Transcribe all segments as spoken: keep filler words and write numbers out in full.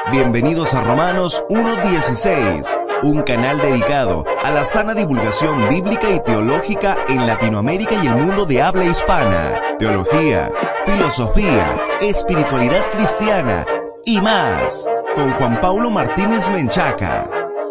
Bienvenidos a Romanos uno dieciséis, un canal dedicado a la sana divulgación bíblica y teológica en Latinoamérica y el mundo de habla hispana. Teología, filosofía, espiritualidad cristiana y más, con Juan Paulo Martínez Menchaca.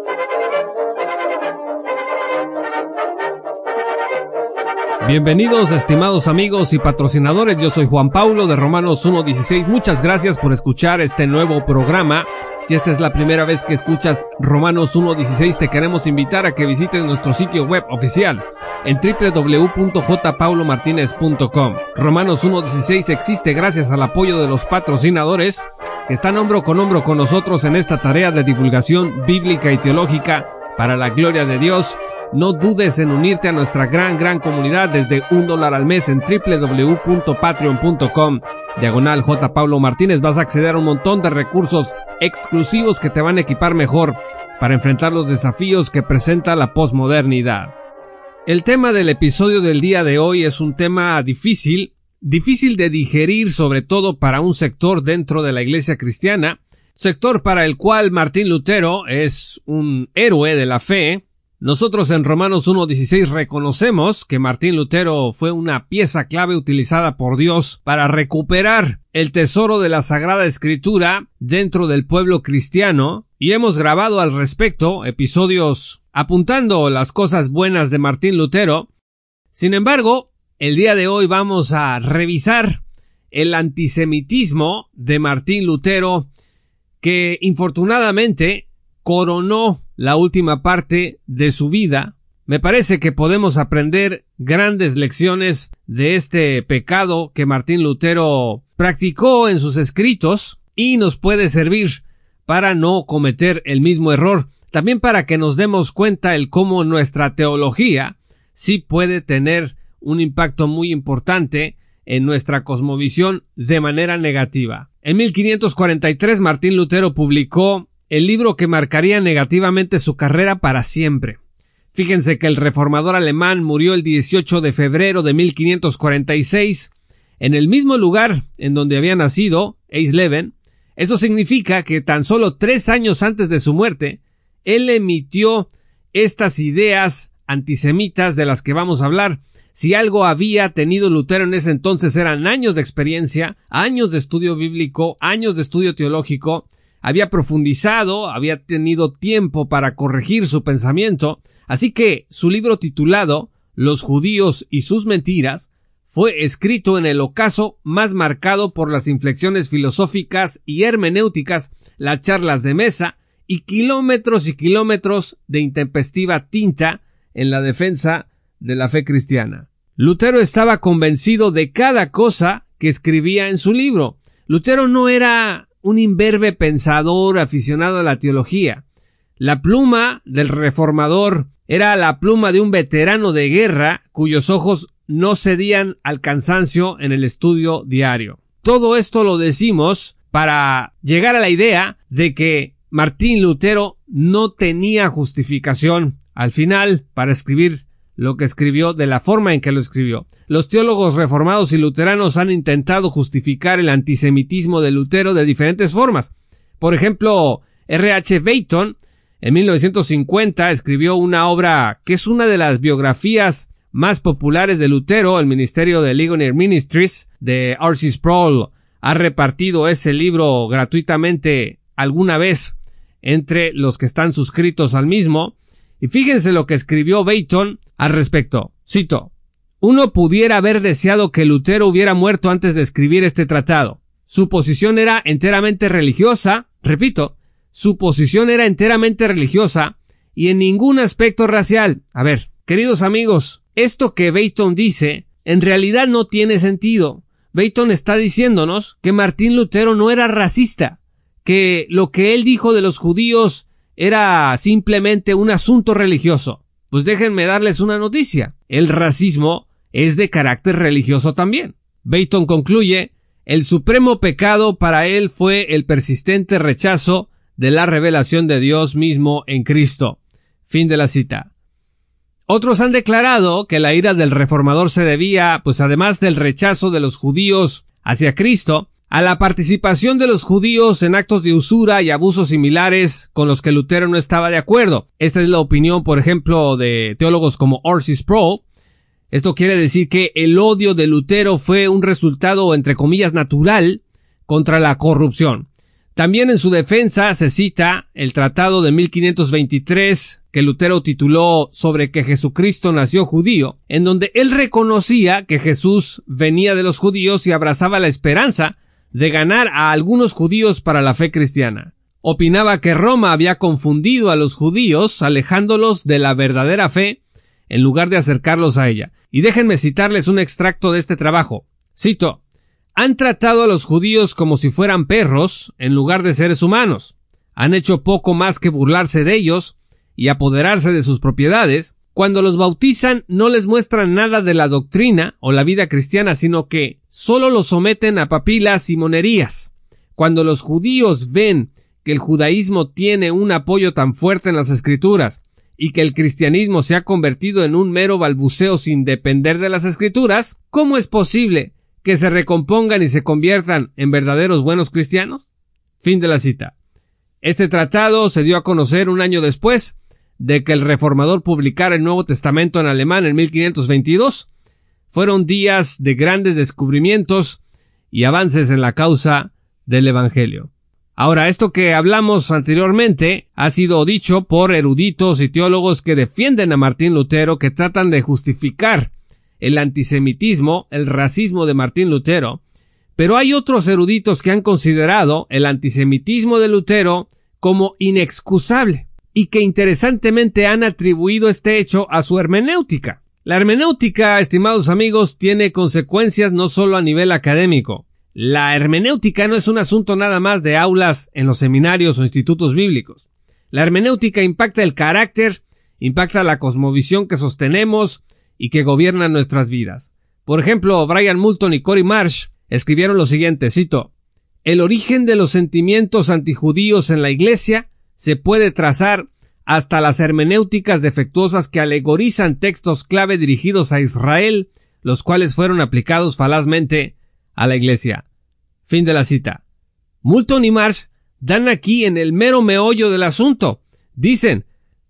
Bienvenidos, estimados amigos y patrocinadores. Yo soy Juan Paulo de Romanos uno dieciséis. Muchas gracias por escuchar este nuevo programa. Si esta es la primera vez que escuchas Romanos uno dieciséis, te queremos invitar a que visites nuestro sitio web oficial en doble u doble u doble u punto j paulo martínez punto com. Romanos uno dieciséis existe gracias al apoyo de los patrocinadores que están hombro con hombro con nosotros en esta tarea de divulgación bíblica y teológica para la gloria de Dios. No dudes en unirte a nuestra gran, gran comunidad desde un dólar al mes en doble u doble u doble u punto patreon punto com, diagonal J. Paulo Martínez. Vas a acceder a un montón de recursos exclusivos que te van a equipar mejor para enfrentar los desafíos que presenta la posmodernidad. El tema del episodio del día de hoy es un tema difícil, difícil de digerir, sobre todo para un sector dentro de la iglesia cristiana, sector para el cual Martín Lutero es un héroe de la fe. Nosotros en Romanos uno dieciséis reconocemos que Martín Lutero fue una pieza clave utilizada por Dios para recuperar el tesoro de la Sagrada Escritura dentro del pueblo cristiano, y hemos grabado al respecto episodios apuntando las cosas buenas de Martín Lutero. Sin embargo, el día de hoy vamos a revisar el antisemitismo de Martín Lutero, que infortunadamente coronó la última parte de su vida. Me parece que podemos aprender grandes lecciones de este pecado que Martín Lutero practicó en sus escritos y nos puede servir para no cometer el mismo error. También para que nos demos cuenta el cómo nuestra teología sí puede tener un impacto muy importante en nuestra cosmovisión de manera negativa. En mil quinientos cuarenta y tres Martín Lutero publicó el libro que marcaría negativamente su carrera para siempre. Fíjense que el reformador alemán murió el dieciocho de febrero de mil quinientos cuarenta y seis en el mismo lugar en donde había nacido, Eisleben. Eso significa que tan solo tres años antes de su muerte, él emitió estas ideas antisemitas de las que vamos a hablar. Si algo había tenido Lutero en ese entonces eran años de experiencia, años de estudio bíblico, años de estudio teológico. Había profundizado, había tenido tiempo para corregir su pensamiento, así que su libro titulado Los judíos y sus mentiras fue escrito en el ocaso más marcado por las inflexiones filosóficas y hermenéuticas, las charlas de mesa y kilómetros y kilómetros de intempestiva tinta en la defensa de la fe cristiana. Lutero estaba convencido de cada cosa que escribía en su libro. Lutero no era un imberbe pensador aficionado a la teología. La pluma del reformador era la pluma de un veterano de guerra cuyos ojos no cedían al cansancio en el estudio diario. Todo esto lo decimos para llegar a la idea de que Martín Lutero no tenía justificación al final para escribir lo que escribió de la forma en que lo escribió. Los teólogos reformados y luteranos han intentado justificar el antisemitismo de Lutero de diferentes formas. Por ejemplo, R H Beighton en mil novecientos cincuenta escribió una obra que es una de las biografías más populares de Lutero. El ministerio de Ligonier Ministries de R C Sproul ha repartido ese libro gratuitamente alguna vez entre los que están suscritos al mismo. Y fíjense lo que escribió Beighton al respecto. Cito: uno pudiera haber deseado que Lutero hubiera muerto antes de escribir este tratado. Su posición era enteramente religiosa, repito, su posición era enteramente religiosa y en ningún aspecto racial. A ver, queridos amigos, esto que Beighton dice en realidad no tiene sentido. Beighton está diciéndonos que Martín Lutero no era racista, que lo que él dijo de los judíos era simplemente un asunto religioso. Pues déjenme darles una noticia. El racismo es de carácter religioso también. Beighton concluye: el supremo pecado para él fue el persistente rechazo de la revelación de Dios mismo en Cristo. Fin de la cita. Otros han declarado que la ira del reformador se debía, pues además del rechazo de los judíos hacia Cristo, a la participación de los judíos en actos de usura y abusos similares con los que Lutero no estaba de acuerdo. Esta es la opinión, por ejemplo, de teólogos como R C Sproul. Esto quiere decir que el odio de Lutero fue un resultado, entre comillas, natural contra la corrupción. También en su defensa se cita el tratado de mil quinientos veintitrés que Lutero tituló Sobre que Jesucristo nació judío, en donde él reconocía que Jesús venía de los judíos y abrazaba la esperanza de ganar a algunos judíos para la fe cristiana. Opinaba que Roma había confundido a los judíos, alejándolos de la verdadera fe, en lugar de acercarlos a ella. Y déjenme citarles un extracto de este trabajo. Cito: han tratado a los judíos como si fueran perros en lugar de seres humanos. Han hecho poco más que burlarse de ellos y apoderarse de sus propiedades. Cuando los bautizan no les muestran nada de la doctrina o la vida cristiana, sino que solo los someten a papilas y monerías. Cuando los judíos ven que el judaísmo tiene un apoyo tan fuerte en las escrituras y que el cristianismo se ha convertido en un mero balbuceo sin depender de las escrituras, ¿cómo es posible que se recompongan y se conviertan en verdaderos buenos cristianos? Fin de la cita. Este tratado se dio a conocer un año después de que el reformador publicara el Nuevo Testamento en alemán en mil quinientos veintidós. Fueron días de grandes descubrimientos y avances en la causa del Evangelio. Ahora, esto que hablamos anteriormente ha sido dicho por eruditos y teólogos que defienden a Martín Lutero, que tratan de justificar el antisemitismo, el racismo de Martín Lutero, pero hay otros eruditos que han considerado el antisemitismo de Lutero como inexcusable y que interesantemente han atribuido este hecho a su hermenéutica. La hermenéutica, estimados amigos, tiene consecuencias no solo a nivel académico. La hermenéutica no es un asunto nada más de aulas en los seminarios o institutos bíblicos. La hermenéutica impacta el carácter, impacta la cosmovisión que sostenemos y que gobierna nuestras vidas. Por ejemplo, Brian Moulton y Corey Marsh escribieron lo siguiente, cito: el origen de los sentimientos antijudíos en la Iglesia se puede trazar hasta las hermenéuticas defectuosas que alegorizan textos clave dirigidos a Israel, los cuales fueron aplicados falazmente a la Iglesia. Fin de la cita. Moulton y Marsh dan aquí en el mero meollo del asunto. Dicen,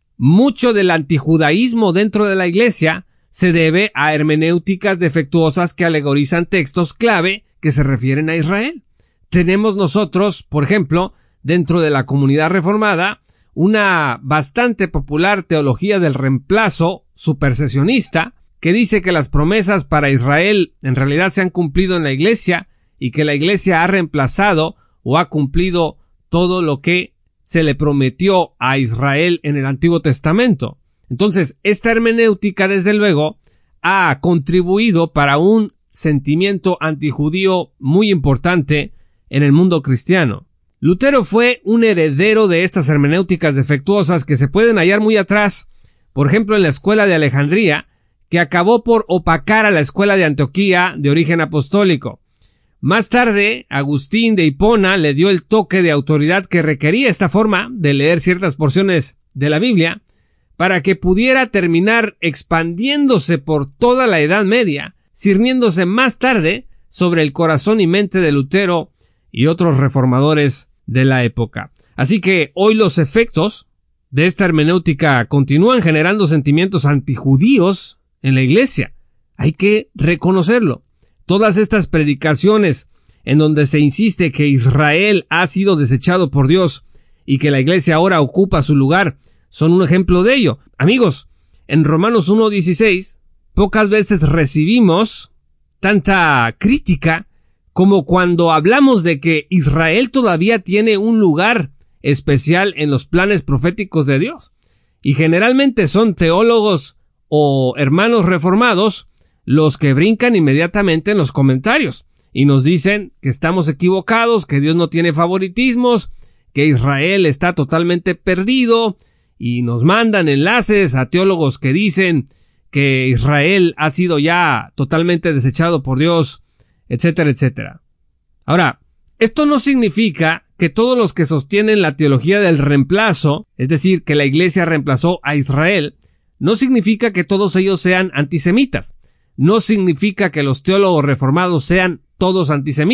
mucho del antijudaísmo dentro de la Iglesia se debe a hermenéuticas defectuosas que alegorizan textos clave que se refieren a Israel. Tenemos nosotros, por ejemplo, dentro de la comunidad reformada, una bastante popular teología del reemplazo supersesionista que dice que las promesas para Israel en realidad se han cumplido en la Iglesia y que la Iglesia ha reemplazado o ha cumplido todo lo que se le prometió a Israel en el Antiguo Testamento. Entonces, esta hermenéutica, desde luego, ha contribuido para un sentimiento antijudío muy importante en el mundo cristiano. Lutero fue un heredero de estas hermenéuticas defectuosas que se pueden hallar muy atrás, por ejemplo en la escuela de Alejandría, que acabó por opacar a la escuela de Antioquía de origen apostólico. Más tarde, Agustín de Hipona le dio el toque de autoridad que requería esta forma de leer ciertas porciones de la Biblia para que pudiera terminar expandiéndose por toda la Edad Media, cirniéndose más tarde sobre el corazón y mente de Lutero y otros reformadores de la época. Así que hoy los efectos de esta hermenéutica continúan generando sentimientos antijudíos en la Iglesia. Hay que reconocerlo. Todas estas predicaciones en donde se insiste que Israel ha sido desechado por Dios y que la Iglesia ahora ocupa su lugar son un ejemplo de ello. Amigos, en Romanos uno dieciséis pocas veces recibimos tanta crítica como cuando hablamos de que Israel todavía tiene un lugar especial en los planes proféticos de Dios. Y generalmente son teólogos o hermanos reformados los que brincan inmediatamente en los comentarios y nos dicen que estamos equivocados, que Dios no tiene favoritismos, que Israel está totalmente perdido, y nos mandan enlaces a teólogos que dicen que Israel ha sido ya totalmente desechado por Dios, etcétera, etcétera. Ahora, esto no significa que todos los que sostienen la teología del reemplazo, es decir, que la Iglesia reemplazó a Israel, no significa que todos ellos sean antisemitas. No significa que los teólogos reformados sean todos antisemitas.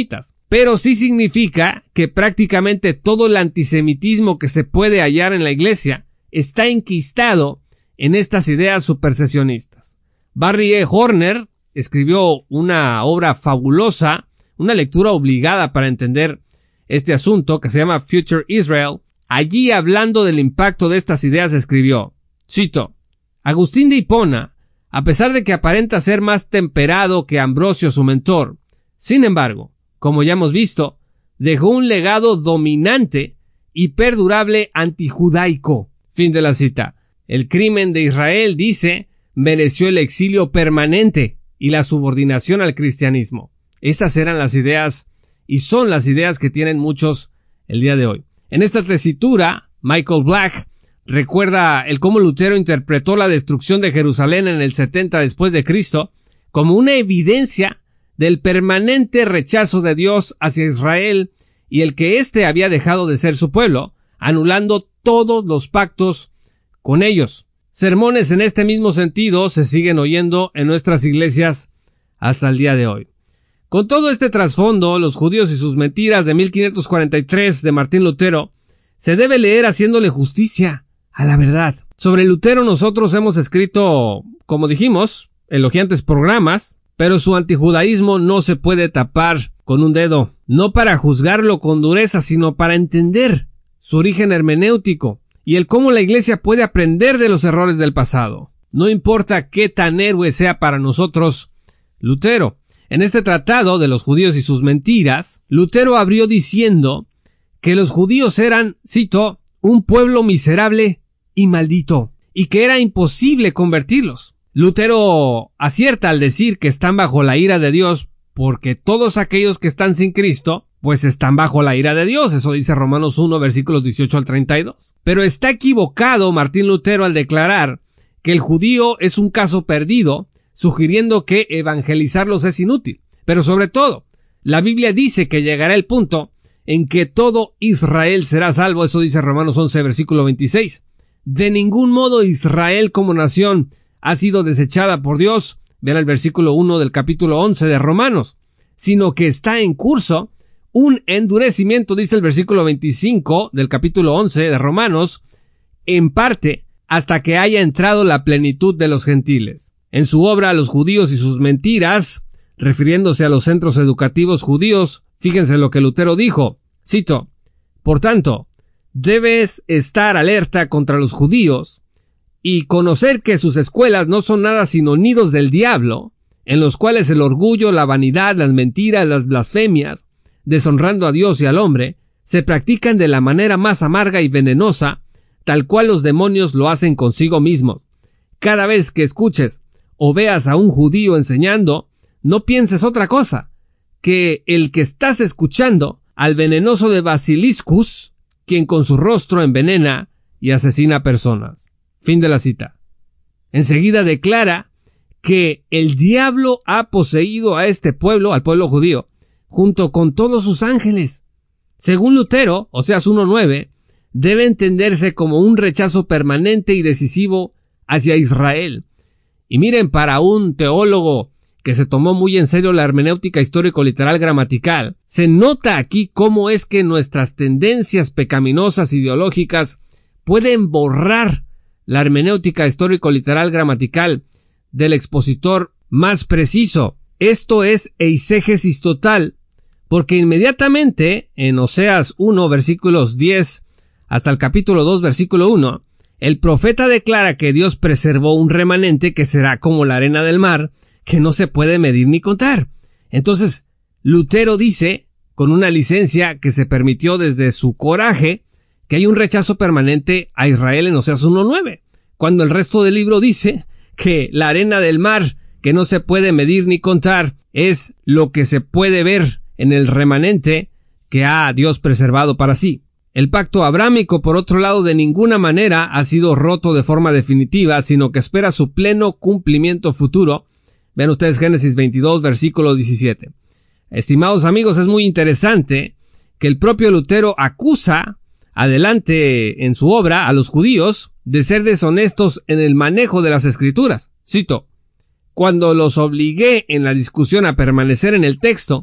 pero sí significa que prácticamente todo el antisemitismo que se puede hallar en la iglesia está enquistado en estas ideas supersesionistas. Barry E. Horner escribió una obra fabulosa, una lectura obligada para entender este asunto, que se llama Future Israel. Allí, hablando del impacto de estas ideas, escribió, cito, Agustín de Hipona, a pesar de que aparenta ser más temperado que Ambrosio su mentor, sin embargo, como ya hemos visto, dejó un legado dominante y perdurable antijudaico. Fin de la cita. El crimen de Israel, dice, mereció el exilio permanente y la subordinación al cristianismo. Esas eran las ideas y son las ideas que tienen muchos el día de hoy. En esta tesitura, Michael Black recuerda el cómo Lutero interpretó la destrucción de Jerusalén en el setenta después de Cristo como una evidencia del permanente rechazo de Dios hacia Israel y el que éste había dejado de ser su pueblo, anulando todos los pactos con ellos. Sermones en este mismo sentido se siguen oyendo en nuestras iglesias hasta el día de hoy. Con todo este trasfondo, Los judíos y sus mentiras de mil quinientos cuarenta y tres de Martín Lutero, se debe leer haciéndole justicia a la verdad. Sobre Lutero nosotros hemos escrito, como dijimos, elogiantes programas, pero su antijudaísmo no se puede tapar con un dedo, no para juzgarlo con dureza, sino para entender su origen hermenéutico y el cómo la iglesia puede aprender de los errores del pasado. No importa qué tan héroe sea para nosotros Lutero. En este tratado de los judíos y sus mentiras, Lutero abrió diciendo que los judíos eran, cito, un pueblo miserable y maldito, y que era imposible convertirlos. Lutero acierta al decir que están bajo la ira de Dios, porque todos aquellos que están sin Cristo, pues están bajo la ira de Dios. Eso dice Romanos uno, versículos dieciocho al treinta y dos. Pero está equivocado Martín Lutero al declarar que el judío es un caso perdido, sugiriendo que evangelizarlos es inútil. Pero sobre todo, la Biblia dice que llegará el punto en que todo Israel será salvo. Eso dice Romanos once, versículo veintiséis. De ningún modo Israel como nación ha sido desechada por Dios, vean el versículo uno del capítulo once de Romanos, sino que está en curso un endurecimiento, dice el versículo veinticinco del capítulo once de Romanos, en parte hasta que haya entrado la plenitud de los gentiles. En su obra Los judíos y sus mentiras, refiriéndose a los centros educativos judíos, fíjense lo que Lutero dijo, cito, por tanto, debes estar alerta contra los judíos y conocer que sus escuelas no son nada sino nidos del diablo, en los cuales el orgullo, la vanidad, las mentiras, las blasfemias, deshonrando a Dios y al hombre, se practican de la manera más amarga y venenosa, tal cual los demonios lo hacen consigo mismos. Cada vez que escuches o veas a un judío enseñando, no pienses otra cosa que el que estás escuchando al venenoso de Basiliscus, quien con su rostro envenena y asesina personas. Fin de la cita. Enseguida declara que el diablo ha poseído a este pueblo, al pueblo judío, junto con todos sus ángeles. Según Lutero, Oseas uno nueve, debe entenderse como un rechazo permanente y decisivo hacia Israel. Y miren, para un teólogo que se tomó muy en serio la hermenéutica histórico-literal gramatical, se nota aquí cómo es que nuestras tendencias pecaminosas ideológicas pueden borrar la hermenéutica histórico-literal gramatical del expositor más preciso. Esto es eisegesis total, porque inmediatamente en Oseas uno versículos diez hasta el capítulo dos versículo uno, el profeta declara que Dios preservó un remanente que será como la arena del mar, que no se puede medir ni contar. Entonces, Lutero dice, con una licencia que se permitió desde su coraje, que hay un rechazo permanente a Israel en Oseas uno nueve, cuando el resto del libro dice que la arena del mar, que no se puede medir ni contar, es lo que se puede ver en el remanente que ha Dios preservado para sí. El pacto abrámico, por otro lado, de ninguna manera ha sido roto de forma definitiva, sino que espera su pleno cumplimiento futuro. Vean ustedes Génesis veintidós, versículo diecisiete. Estimados amigos, es muy interesante que el propio Lutero acusa adelante en su obra a los judíos de ser deshonestos en el manejo de las escrituras. Cito, cuando los obligué en la discusión a permanecer en el texto,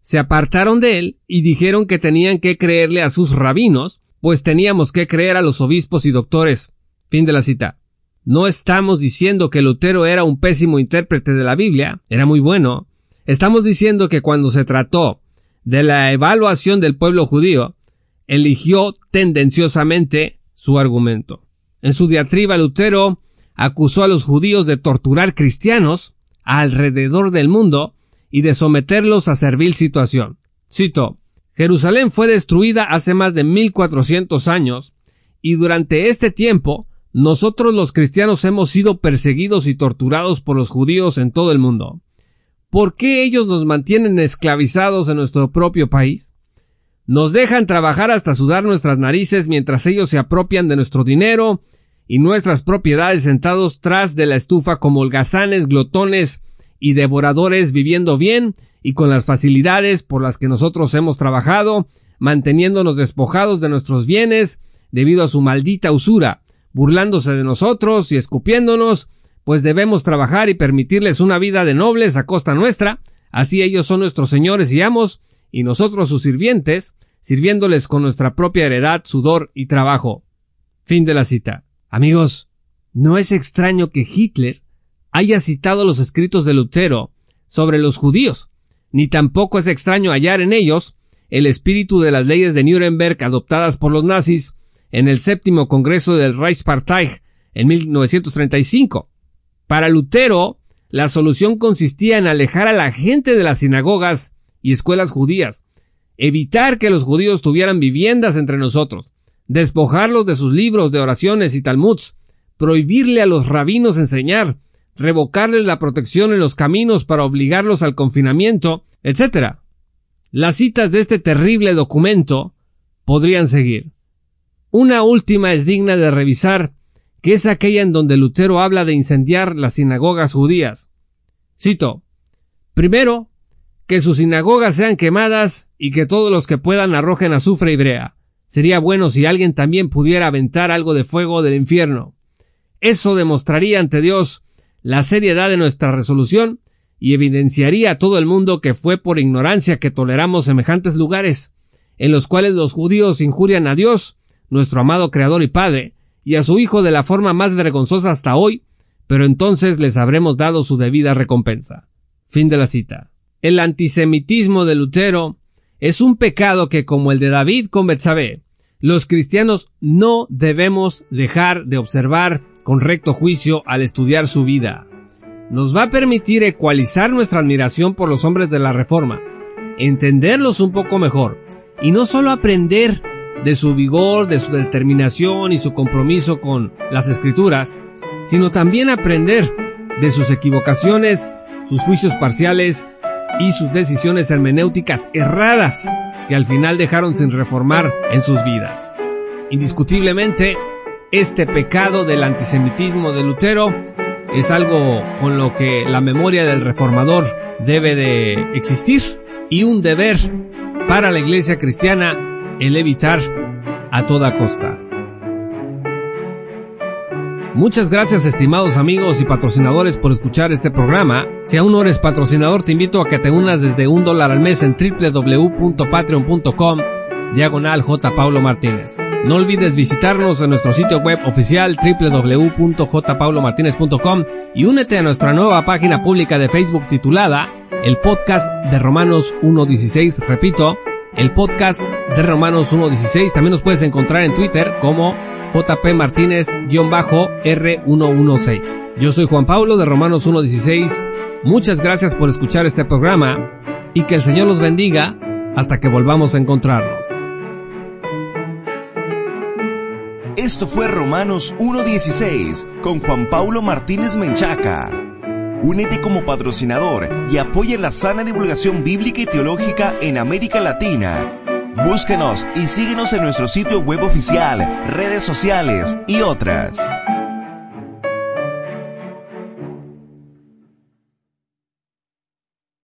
se apartaron de él y dijeron que tenían que creerle a sus rabinos, pues teníamos que creer a los obispos y doctores. Fin de la cita. No estamos diciendo que Lutero era un pésimo intérprete de la Biblia, era muy bueno. Estamos diciendo que cuando se trató de la evaluación del pueblo judío, eligió tendenciosamente su argumento. En su diatriba, Lutero acusó a los judíos de torturar cristianos alrededor del mundo y de someterlos a servil situación. Cito: Jerusalén fue destruida hace más de mil cuatrocientos años y durante este tiempo nosotros los cristianos hemos sido perseguidos y torturados por los judíos en todo el mundo. ¿Por qué ellos nos mantienen esclavizados en nuestro propio país? Nos dejan trabajar hasta sudar nuestras narices mientras ellos se apropian de nuestro dinero y nuestras propiedades sentados tras de la estufa como holgazanes, glotones y devoradores, viviendo bien y con las facilidades por las que nosotros hemos trabajado, manteniéndonos despojados de nuestros bienes debido a su maldita usura, burlándose de nosotros y escupiéndonos, pues debemos trabajar y permitirles una vida de nobles a costa nuestra. Así ellos son nuestros señores y amos, y nosotros sus sirvientes, sirviéndoles con nuestra propia heredad, sudor y trabajo. Fin de la cita. Amigos, no es extraño que Hitler haya citado los escritos de Lutero sobre los judíos, ni tampoco es extraño hallar en ellos el espíritu de las leyes de Nuremberg adoptadas por los nazis en el séptimo congreso del Reichspartei en mil novecientos treinta y cinco. Para Lutero, la solución consistía en alejar a la gente de las sinagogas y escuelas judías, evitar que los judíos tuvieran viviendas entre nosotros, despojarlos de sus libros de oraciones y talmuds, prohibirle a los rabinos enseñar, revocarles la protección en los caminos para obligarlos al confinamiento, etcétera. Las citas de este terrible documento podrían seguir. Una última es digna de revisar, que es aquella en donde Lutero habla de incendiar las sinagogas judías. Cito: primero, que sus sinagogas sean quemadas y que todos los que puedan arrojen azufre y brea. Sería bueno si alguien también pudiera aventar algo de fuego del infierno. Eso demostraría ante Dios la seriedad de nuestra resolución y evidenciaría a todo el mundo que fue por ignorancia que toleramos semejantes lugares, en los cuales los judíos injurian a Dios, nuestro amado Creador y Padre, y a su Hijo de la forma más vergonzosa hasta hoy, pero entonces les habremos dado su debida recompensa. Fin de la cita. El antisemitismo de Lutero es un pecado que, como el de David con Betsabé, los cristianos no debemos dejar de observar con recto juicio al estudiar su vida. Nos va a permitir ecualizar nuestra admiración por los hombres de la Reforma, entenderlos un poco mejor, y no solo aprender de su vigor, de su determinación y su compromiso con las Escrituras, sino también aprender de sus equivocaciones, sus juicios parciales y sus decisiones hermenéuticas erradas que al final dejaron sin reformar en sus vidas. Indiscutiblemente, este pecado del antisemitismo de Lutero es algo con lo que la memoria del reformador debe de existir y un deber para la Iglesia cristiana el evitar a toda costa. Muchas gracias, estimados amigos y patrocinadores, por escuchar este programa. Si aún no eres patrocinador, te invito a que te unas desde un dólar al mes en doble u doble u doble u punto patreon punto com diagonal J. Paulo Martínez. No olvides visitarnos en nuestro sitio web oficial doble u doble u doble u punto j paulo martínez punto com y únete a nuestra nueva página pública de Facebook titulada El Podcast de Romanos uno dieciséis. Repito, el Podcast de Romanos uno dieciséis. También nos puedes encontrar en Twitter como J P Martínez R ciento dieciséis. Yo soy Juan Paulo de Romanos uno dieciséis. Muchas gracias por escuchar este programa y que el Señor los bendiga hasta que volvamos a encontrarnos. Esto fue Romanos uno dieciséis con Juan Paulo Martínez Menchaca. Únete como patrocinador y apoya la sana divulgación bíblica y teológica en América Latina. Búsquenos y síguenos en nuestro sitio web oficial, redes sociales y otras.